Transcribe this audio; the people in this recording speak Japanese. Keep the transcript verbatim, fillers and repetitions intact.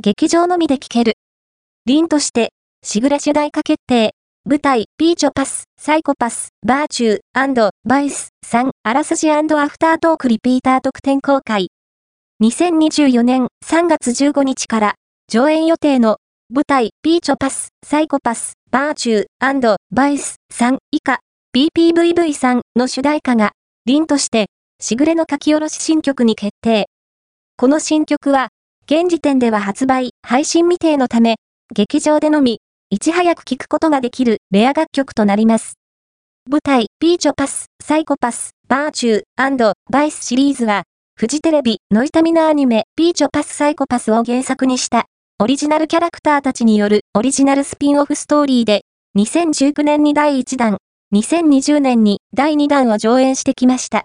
劇場のみで聴ける。凛として、しぐれ主題歌決定。舞台、ピーチョパス、サイコパス、バーチュー、バイス、さん、あらすじ&アフタートークリピーター特典公開。にせんにじゅうよねんさんがつじゅうごにちから上演予定の舞台、ピーチョパス、サイコパス、バーチュー、バイス、さん以下、ピーピーブイブイ さんの主題歌が、凛として、しぐれの書き下ろし新曲に決定。この新曲は、現時点では発売、配信未定のため、劇場でのみ、いち早く聴くことができるレア楽曲となります。舞台、ピーチョパス、サイコパス、バーチュー、バイスシリーズは、フジテレビの痛みのアニメ、ピーチョパスサイコパスを原作にした、オリジナルキャラクターたちによるオリジナルスピンオフストーリーで、にせんじゅうきゅうねんにだいいちだん、にせんにじゅうねんにだいにだんを上演してきました。